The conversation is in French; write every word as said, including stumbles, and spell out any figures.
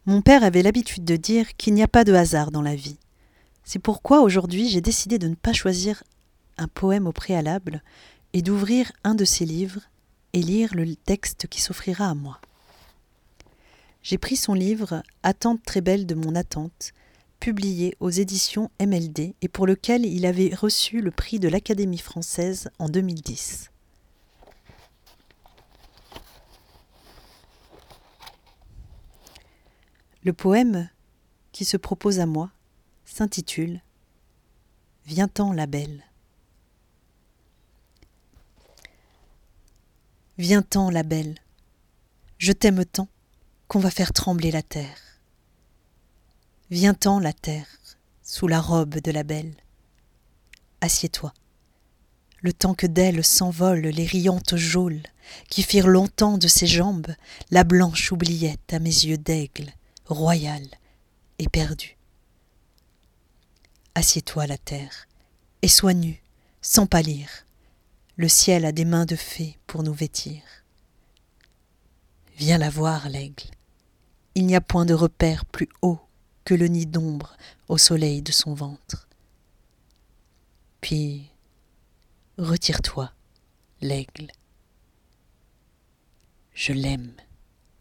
Mon père avait l'habitude de dire qu'il n'y a pas de hasard dans la vie. C'est pourquoi aujourd'hui j'ai décidé de ne pas choisir un poème au préalable et d'ouvrir un de ses livres et lire le texte qui s'offrira à moi. J'ai pris son livre « Attente très belle de mon attente », publié aux éditions M L D et pour lequel il avait reçu le prix de l'Académie française en deux mille dix. Le poème qui se propose à moi s'intitule « Viens-t'en la belle ». Viens-t'en la belle, je t'aime tant qu'on va faire trembler la terre. Viens-t'en la terre, sous la robe de la belle. Assieds-toi, le temps que d'elle s'envolent les riantes geôles qui firent longtemps de ses jambes la blanche oubliette à mes yeux d'aigle, royale et perdue. Assieds-toi la terre, et sois nue, sans pâlir. Le ciel a des mains de fée pour nous vêtir. Viens la voir, l'aigle. Il n'y a point de repère plus haut que le nid d'ombre au soleil de son ventre. Puis, retire-toi, l'aigle. Je l'aime.